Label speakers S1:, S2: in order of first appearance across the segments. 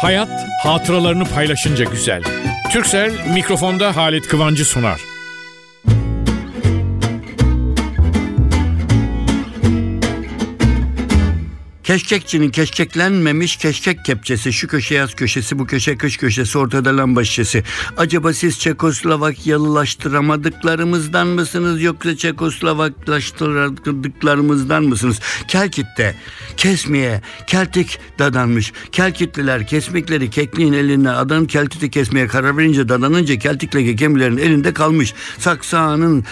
S1: Hayat hatıralarını paylaşınca güzel. Turkcell mikrofonda Halit Kıvancı sunar.
S2: Keşkekçinin keşkeklenmemiş keşkek kepçesi, şu köşe yaz köşesi, bu köşe kış köşesi, ortada lamba şişesi. Acaba siz Çekoslovakyalılaştıramadıklarımızdan mısınız, yoksa Çekoslovaklaştırdıklarımızdan mısınız? Kelkit'te kesmeye Keltik dadanmış. Kelkitliler kesmekleri kekliğin elinden, adam Kelkit'i kesmeye karar verince, dadanınca Keltik'le kekemlilerin elinde kalmış. Saksağını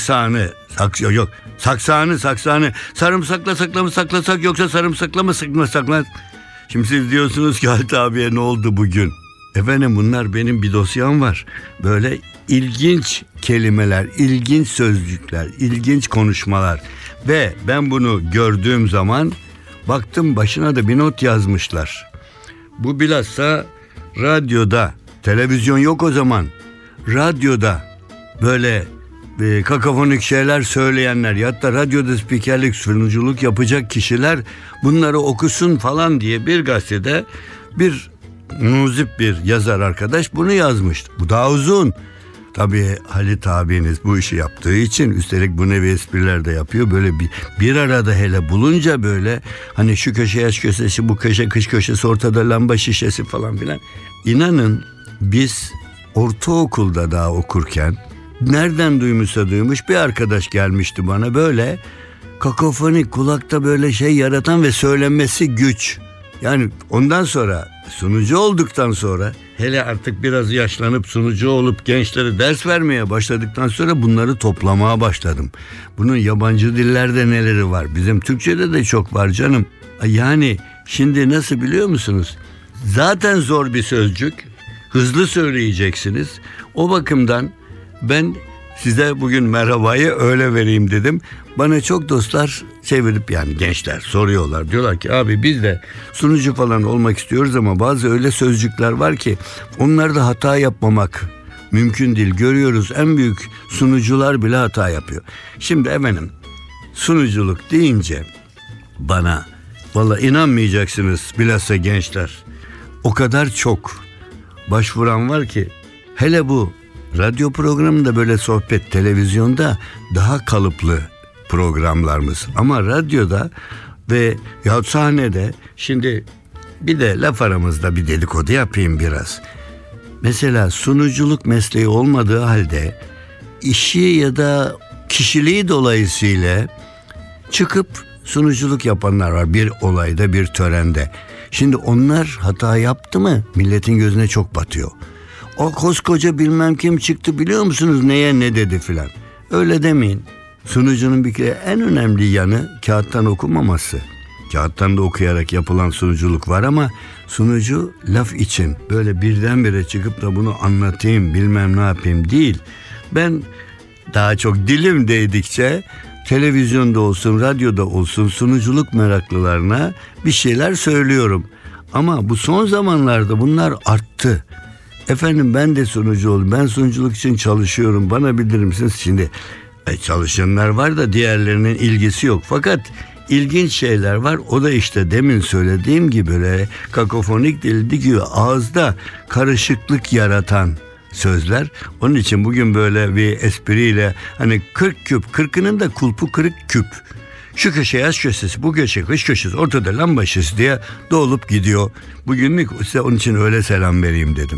S2: sarımsakla mı saklasak, yoksa sarımsakla mı saklasak? Şimdi siz diyorsunuz ki Halit abiye ne oldu bugün? Efendim, bunlar benim bir dosyam var. Böyle ilginç kelimeler, ilginç sözcükler, ilginç konuşmalar. Ve ben bunu gördüğüm zaman baktım başına da bir not yazmışlar. Bu bilhassa radyoda, televizyon yok o zaman. Radyoda böyle kakafonik şeyler söyleyenler, ya hatta radyoda spikerlik, sunuculuk yapacak kişiler bunları okusun falan diye bir gazetede bir muzip bir yazar arkadaş bunu yazmıştı. Bu daha uzun. Tabii Halit abiniz bu işi yaptığı için, üstelik bu nevi espriler de yapıyor. Böyle bir arada hele bulunca, böyle hani şu köşe yaş köşesi, bu köşe kış köşesi, ortada lamba şişesi falan filan. İnanın biz ortaokulda daha okurken, nereden duymuşsa duymuş, bir arkadaş gelmişti bana, böyle kakofonik, kulakta böyle şey yaratan ve söylenmesi güç. Yani ondan sonra, sunucu olduktan sonra, hele artık biraz yaşlanıp sunucu olup gençlere ders vermeye başladıktan sonra bunları toplamaya başladım. Bunun yabancı dillerde neleri var? Bizim Türkçe'de de çok var canım. Yani şimdi nasıl biliyor musunuz? Zaten zor bir sözcük. Hızlı söyleyeceksiniz. O bakımdan ben size bugün merhabayı öyle vereyim dedim. Bana çok dostlar çevirip, yani gençler soruyorlar. Diyorlar ki abi biz de sunucu falan olmak istiyoruz ama bazı öyle sözcükler var ki onlarda hata yapmamak mümkün değil. Görüyoruz, en büyük sunucular bile hata yapıyor. Şimdi efendim, sunuculuk deyince bana vallahi inanmayacaksınız, bilhassa gençler, o kadar çok başvuran var ki, hele bu radyo programında böyle sohbet, televizyonda daha kalıplı programlarımız. Ama radyoda ve ya sahnede, şimdi bir de laf aramızda bir dedikodu yapayım biraz. Mesela sunuculuk mesleği olmadığı halde işi ya da kişiliği dolayısıyla çıkıp sunuculuk yapanlar var bir olayda, bir törende. Şimdi onlar hata yaptı mı milletin gözüne çok batıyor. O koskoca bilmem kim çıktı, biliyor musunuz neye ne dedi filan. Öyle demeyin. Sunucunun bir kere en önemli yanı kağıttan okumaması. Kağıttan da okuyarak yapılan sunuculuk var ama sunucu laf için böyle birdenbire çıkıp da bunu anlatayım, bilmem ne yapayım değil. Ben daha çok dilim değdikçe televizyonda olsun, radyoda olsun sunuculuk meraklılarına bir şeyler söylüyorum. Ama bu son zamanlarda bunlar arttı. Efendim ben de sunucu oldum, ben sunuculuk için çalışıyorum, bana bildirir misiniz? Şimdi çalışanlar var da diğerlerinin ilgisi yok. Fakat ilginç şeyler var. O da işte demin söylediğim gibi böyle kakofonik dildi gibi ağızda karışıklık yaratan sözler. Onun için bugün böyle bir espriyle, hani 40 küp, 40'ının da kulpu kırık küp. Şu köşe yaz köşesi, bu köşe kış köşesi, ortada lamba şişesi diye dolup gidiyor. Bugünlük size onun için öyle selam vereyim dedim.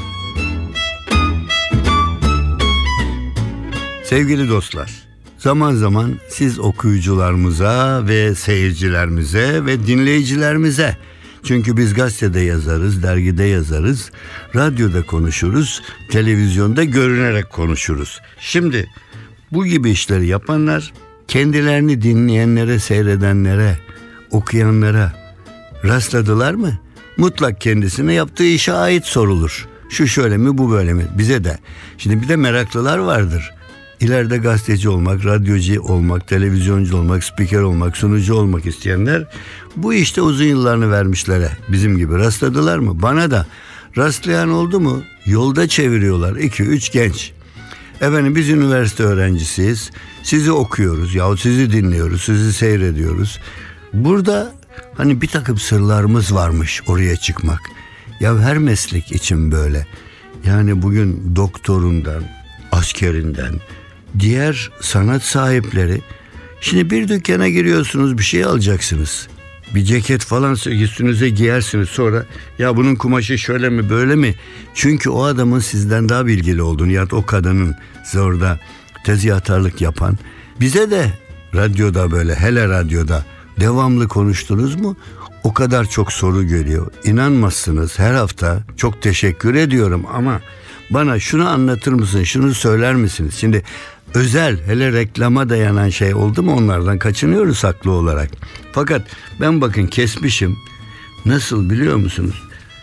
S2: Sevgili dostlar, zaman zaman siz okuyucularımıza ve seyircilerimize ve dinleyicilerimize, çünkü biz gazetede yazarız, dergide yazarız, radyoda konuşuruz, televizyonda görünerek konuşuruz. Şimdi bu gibi işleri yapanlar kendilerini dinleyenlere, seyredenlere, okuyanlara rastladılar mı? Mutlak kendisine yaptığı işe ait sorulur. Şu şöyle mi, bu böyle mi? Bize de. Şimdi bir de meraklılar vardır. İleride gazeteci olmak, radyocu olmak, televizyoncu olmak, spiker olmak, sunucu olmak isteyenler bu işte uzun yıllarını vermişlere. Bizim gibi rastladılar mı? Bana da rastlayan oldu mu? Yolda çeviriyorlar 2-3 genç. Efendim biz üniversite öğrencisiyiz. Sizi okuyoruz yahut sizi dinliyoruz, sizi seyrediyoruz. Burada hani bir takım sırlarımız varmış oraya çıkmak. Ya her meslek için böyle. Yani bugün doktorundan, askerinden, diğer sanat sahipleri. Şimdi bir dükkana giriyorsunuz, bir şey alacaksınız. Bir ceket falan üstünüze giyersiniz, sonra ya bunun kumaşı şöyle mi böyle mi? Çünkü o adamın sizden daha bilgili olduğunu ya da o kadının orada tezgahtarlık yapan. Bize de radyoda böyle, hele radyoda devamlı konuştunuz mu? O kadar çok soru geliyor. İnanmazsınız, her hafta çok teşekkür ediyorum ama bana şunu anlatır mısın, şunu söyler misiniz? Şimdi özel, hele reklama dayanan şey oldu mu onlardan kaçınıyoruz haklı olarak. Fakat ben bakın kesmişim. Nasıl biliyor musunuz?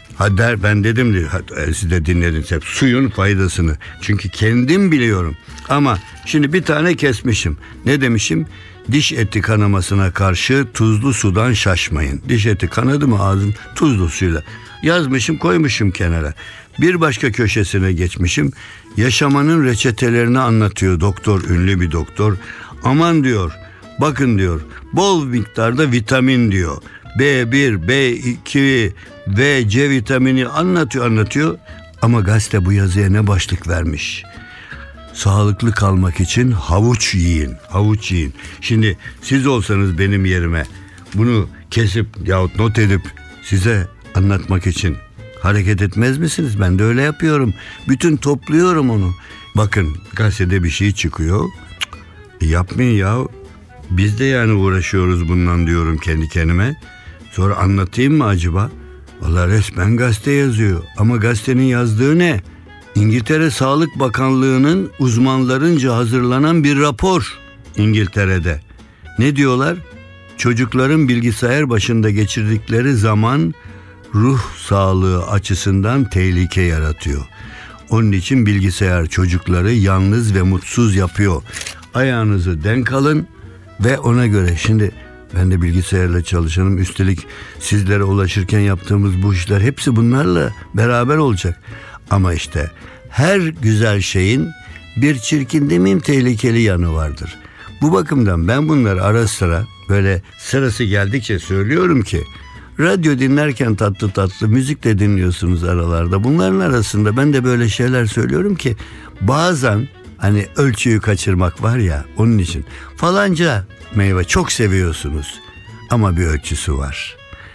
S2: Ben dedim, siz de dinlediniz hep, suyun faydasını. Çünkü kendim biliyorum. Ama şimdi bir tane kesmişim. Ne demişim? Diş eti kanamasına karşı tuzlu sudan şaşmayın. Diş eti kanadı mı ağzım, tuzlu suyla. Yazmışım, koymuşum kenara. Bir başka köşesine geçmişim. Yaşamanın reçetelerini anlatıyor doktor, ünlü bir doktor. Aman diyor, bakın diyor, bol miktarda vitamin diyor. B1, B2 ve C vitamini anlatıyor. Ama gazete bu yazıya ne başlık vermiş? Sağlıklı kalmak için havuç yiyin. Havuç yiyin. Şimdi siz olsanız benim yerime bunu kesip yahut not edip size anlatmak için hareket etmez misiniz? Ben de öyle yapıyorum. Bütün topluyorum onu. Bakın gazetede bir şey çıkıyor. Yapmayın ya. Biz de yani uğraşıyoruz bundan diyorum kendi kendime. Sonra anlatayım mı acaba? Vallahi resmen gazete yazıyor. Ama gazetenin yazdığı ne? İngiltere Sağlık Bakanlığı'nın uzmanlarınca hazırlanan bir rapor İngiltere'de. Ne diyorlar? Çocukların bilgisayar başında geçirdikleri zaman ruh sağlığı açısından tehlike yaratıyor. Onun için bilgisayar çocukları yalnız ve mutsuz yapıyor. Ayağınızı denk alın ve ona göre. Şimdi ben de bilgisayarla çalışanım. Üstelik sizlere ulaşırken yaptığımız bu işler hepsi bunlarla beraber olacak. Ama işte her güzel şeyin bir çirkin demeyeyim tehlikeli yanı vardır. Bu bakımdan ben bunları ara sıra böyle sırası geldikçe söylüyorum ki radyo dinlerken tatlı tatlı müzik de dinliyorsunuz aralarda. Bunların arasında ben de böyle şeyler söylüyorum ki bazen hani ölçüyü kaçırmak var ya, onun için. Falanca meyve çok seviyorsunuz ama bir ölçüsü var.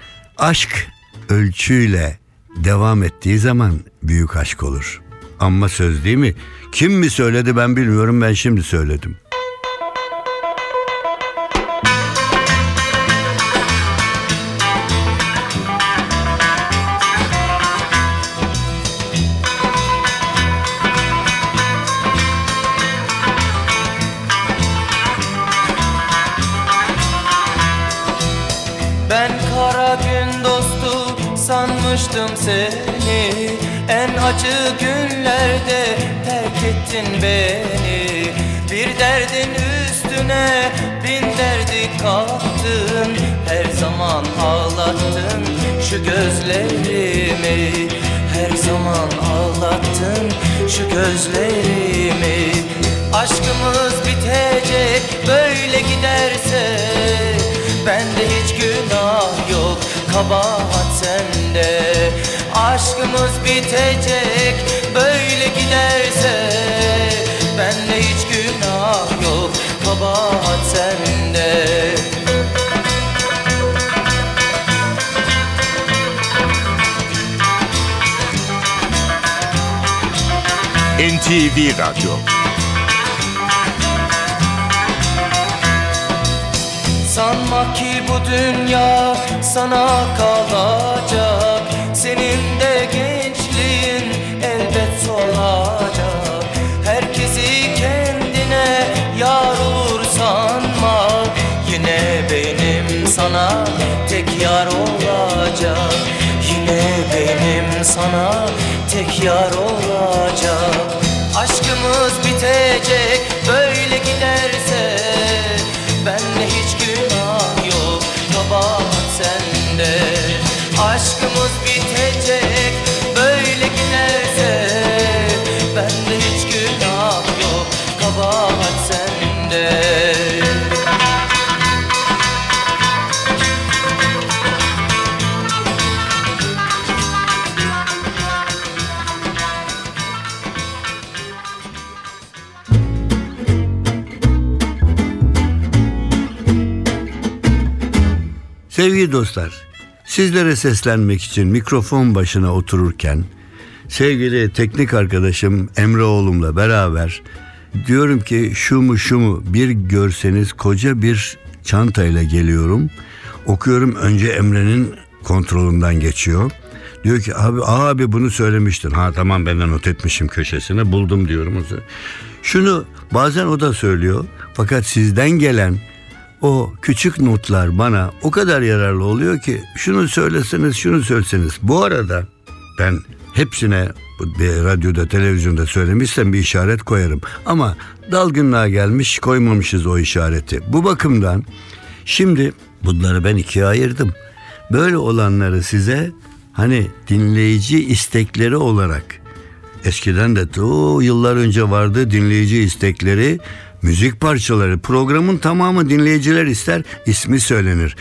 S2: Aşk ölçüyle devam ettiği zaman büyük aşk olur. Amma söz değil mi? Kim mi söyledi ben bilmiyorum, ben şimdi söyledim.
S3: Ben kara gün dostu sanmıştım seni. En acı günlerde terk ettin beni. Bir derdin üstüne bin derdi kattın. Her zaman ağlattın şu gözlerimi. Her zaman ağlattın şu gözlerimi. Aşkımız bitecek böyle giderse. Bende hiç günah yok, kabahat sende. Aşkımız bitecek böyle giderse. Bende hiç günah yok, kabahat sende.
S4: NTV Radyo.
S3: Sanma ki bu dünya sana kalacak. Senin de gençliğin elbet solacak. Herkesi kendine yar olur sanma. Yine benim sana tek yar olacak. Yine benim sana tek yar olacak. Aşkımız bitecek böyle giderse. Bende hiç günah yok, kabahat sende. Aşkımız bitecek böyle giderse. Bende hiç günah yok, kabahat sende.
S2: Sevgili dostlar, sizlere seslenmek için mikrofon başına otururken sevgili teknik arkadaşım Emre oğlumla beraber diyorum ki şu mu bir görseniz koca bir çantayla geliyorum. Okuyorum, önce Emre'nin kontrolünden geçiyor. Diyor ki abi bunu söylemiştin. Ha tamam, ben de not etmişim köşesine, buldum diyorum. Şunu bazen o da söylüyor. Fakat sizden gelen o küçük notlar bana o kadar yararlı oluyor ki şunu söyleseniz, şunu söyleseniz. Bu arada ben hepsine radyoda, televizyonda söylemişsem bir işaret koyarım. Ama dalgınlığa gelmiş, koymamışız o işareti. Bu bakımdan şimdi bunları ben ikiye ayırdım. Böyle olanları size hani dinleyici istekleri olarak, eskiden de yıllar önce vardı dinleyici istekleri, müzik parçaları, programın tamamı dinleyiciler ister, ismi söylenir.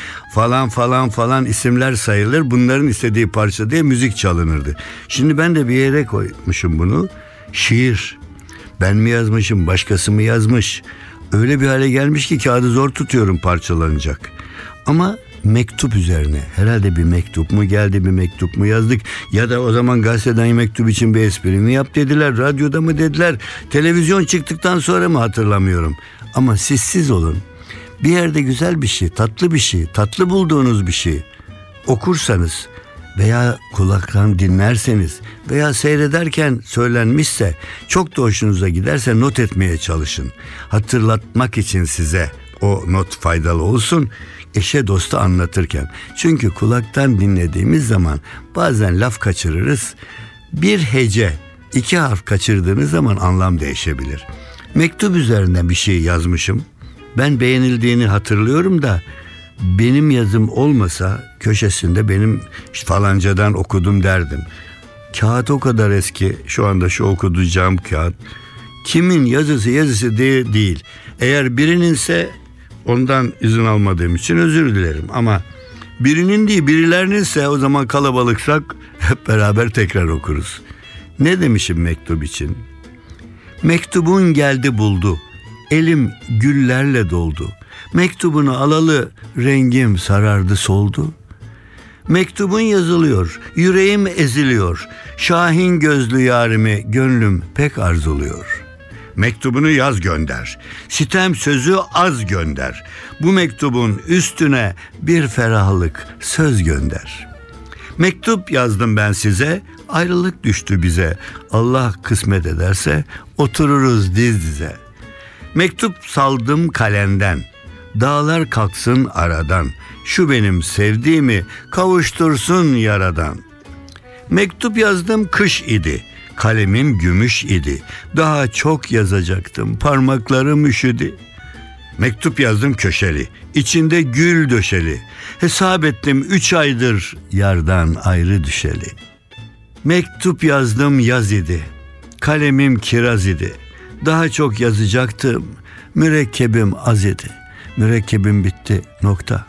S2: Falan isimler sayılır, bunların istediği parça diye müzik çalınırdı. Şimdi ben de bir yere koymuşum bunu. Şiir. Ben mi yazmışım, başkası mı yazmış? Öyle bir hale gelmiş ki kağıdı zor tutuyorum parçalanacak. Ama mektup üzerine, herhalde bir mektup mu geldi, bir mektup mu yazdık, ya da o zaman gazeteden mektup için bir espri mi yap dediler, radyoda mı dediler, televizyon çıktıktan sonra mı hatırlamıyorum. Ama siz olun, bir yerde güzel bir şey, tatlı bulduğunuz bir şey okursanız veya kulaktan dinlerseniz veya seyrederken söylenmişse, çok da hoşunuza giderse not etmeye çalışın. Hatırlatmak için size o not faydalı olsun, eşe dosta anlatırken. Çünkü kulaktan dinlediğimiz zaman bazen laf kaçırırız. Bir hece, 2 harf kaçırdığınız zaman anlam değişebilir. Mektup üzerinden bir şey yazmışım. Ben beğenildiğini hatırlıyorum da benim yazım olmasa köşesinde benim falancadan okudum derdim. Kağıt o kadar eski, şu anda şu okuyacağım kağıt. Kimin yazısı değil. Eğer birininse ondan izin almadığım için özür dilerim. Ama birinin değil, birilerininse o zaman kalabalıksak hep beraber tekrar okuruz. Ne demişim mektup için? Mektubun geldi buldu, elim güllerle doldu. Mektubunu alalı rengim sarardı soldu. Mektubun yazılıyor, yüreğim eziliyor. Şahin gözlü yarimi gönlüm pek arzuluyor. Mektubunu yaz gönder, sitem sözü az gönder. Bu mektubun üstüne bir ferahlık söz gönder. Mektup yazdım ben size, ayrılık düştü bize. Allah kısmet ederse otururuz diz dize. Mektup saldım kalenden, dağlar kalksın aradan. Şu benim sevdiğimi kavuştursun yaradan. Mektup yazdım kış idi, kalemim gümüş idi. Daha çok yazacaktım, parmaklarım üşüdü. Mektup yazdım köşeli, içinde gül döşeli. Hesap ettim 3 aydır yardan ayrı düşeli. Mektup yazdım yaz idi, kalemim kiraz idi. Daha çok yazacaktım, mürekkebim az idi. Mürekkebim bitti, nokta.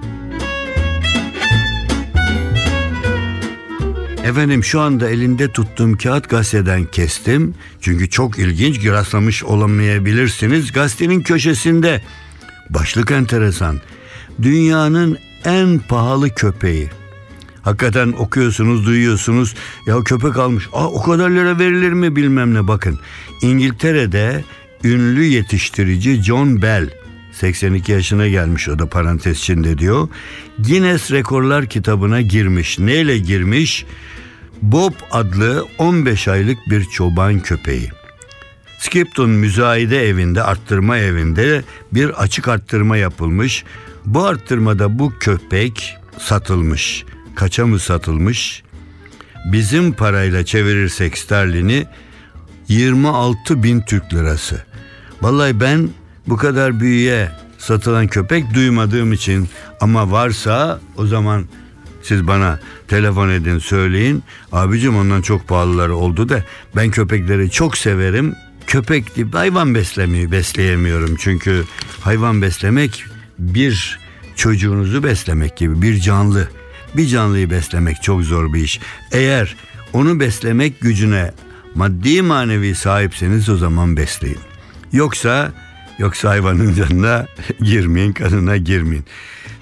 S2: Efendim, şu anda elinde tuttuğum kağıt gazeteden kestim. Çünkü çok ilginç, rastlamış olamayabilirsiniz. Gazetenin köşesinde başlık enteresan. Dünyanın en pahalı köpeği. Hakikaten okuyorsunuz, duyuyorsunuz. Ya köpek almış. O kadar lira verilir mi bilmem ne, bakın. İngiltere'de ünlü yetiştirici John Bell, 82 yaşına gelmiş, o da parantez içinde diyor. Guinness Rekorlar kitabına girmiş. Neyle girmiş? Bob adlı 15 aylık bir çoban köpeği. Skipton müzayede evinde, arttırma evinde bir açık arttırma yapılmış. Bu arttırmada bu köpek satılmış. Kaça mı satılmış? Bizim parayla çevirirsek sterlini 26.000 Türk lirası. Vallahi ben bu kadar büyüğe satılan köpek duymadığım için, ama varsa o zaman siz bana telefon edin, söyleyin. Abicim ondan çok pahalıları oldu da ben köpekleri çok severim. Köpek değil, hayvan besleyemiyorum. Çünkü hayvan beslemek bir çocuğunuzu beslemek gibi, bir canlı. Bir canlıyı beslemek çok zor bir iş. Eğer onu beslemek gücüne maddi manevi sahipseniz o zaman besleyin. Yoksa hayvanın canına girmeyin, kanına girmeyin.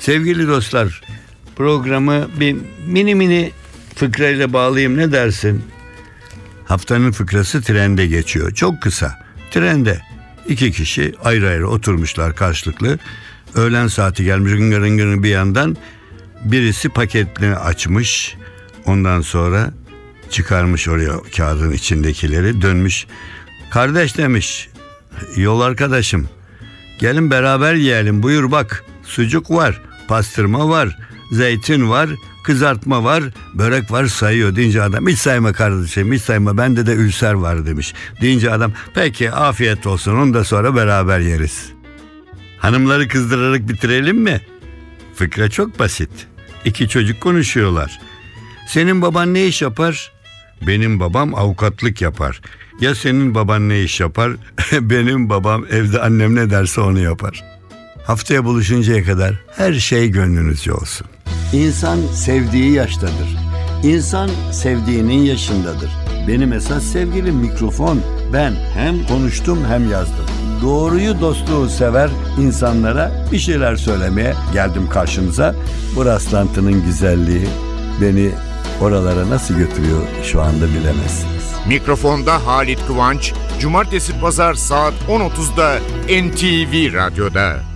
S2: Sevgili dostlar, programı bir mini fıkrayla bağlayayım, ne dersin? Haftanın fıkrası trende geçiyor. Çok kısa. Trende 2 kişi ayrı ayrı oturmuşlar karşılıklı. Öğlen saati gelmiş, gıngır bir yandan. Birisi paketini açmış. Ondan sonra çıkarmış oraya kağıdın içindekileri, dönmüş. Kardeş demiş, yol arkadaşım, gelin beraber yiyelim, buyur bak, sucuk var, pastırma var, zeytin var, kızartma var, börek var, sayıyor. Deyince adam, hiç sayma kardeşim, hiç sayma, bende de ülser var demiş. Deyince adam, peki afiyet olsun, onu da sonra beraber yeriz. Hanımları kızdırarak bitirelim mi? Fıkra çok basit. 2 çocuk konuşuyorlar. Senin baban ne iş yapar? Benim babam avukatlık yapar. Ya senin baban ne iş yapar? Benim babam evde annem ne derse onu yapar. Haftaya buluşuncaya kadar her şey gönlünüzce olsun. İnsan sevdiği yaştadır. İnsan sevdiğinin yaşındadır. Benim esas sevgilim mikrofon. Ben hem konuştum hem yazdım. Doğruyu, dostluğu sever insanlara bir şeyler söylemeye geldim karşınıza. Bu rastlantının güzelliği beni oralara nasıl götürüyor şu anda bilemezsiniz.
S4: Mikrofonda Halit Kıvanç, Cumartesi Pazar saat 10.30'da NTV Radyo'da.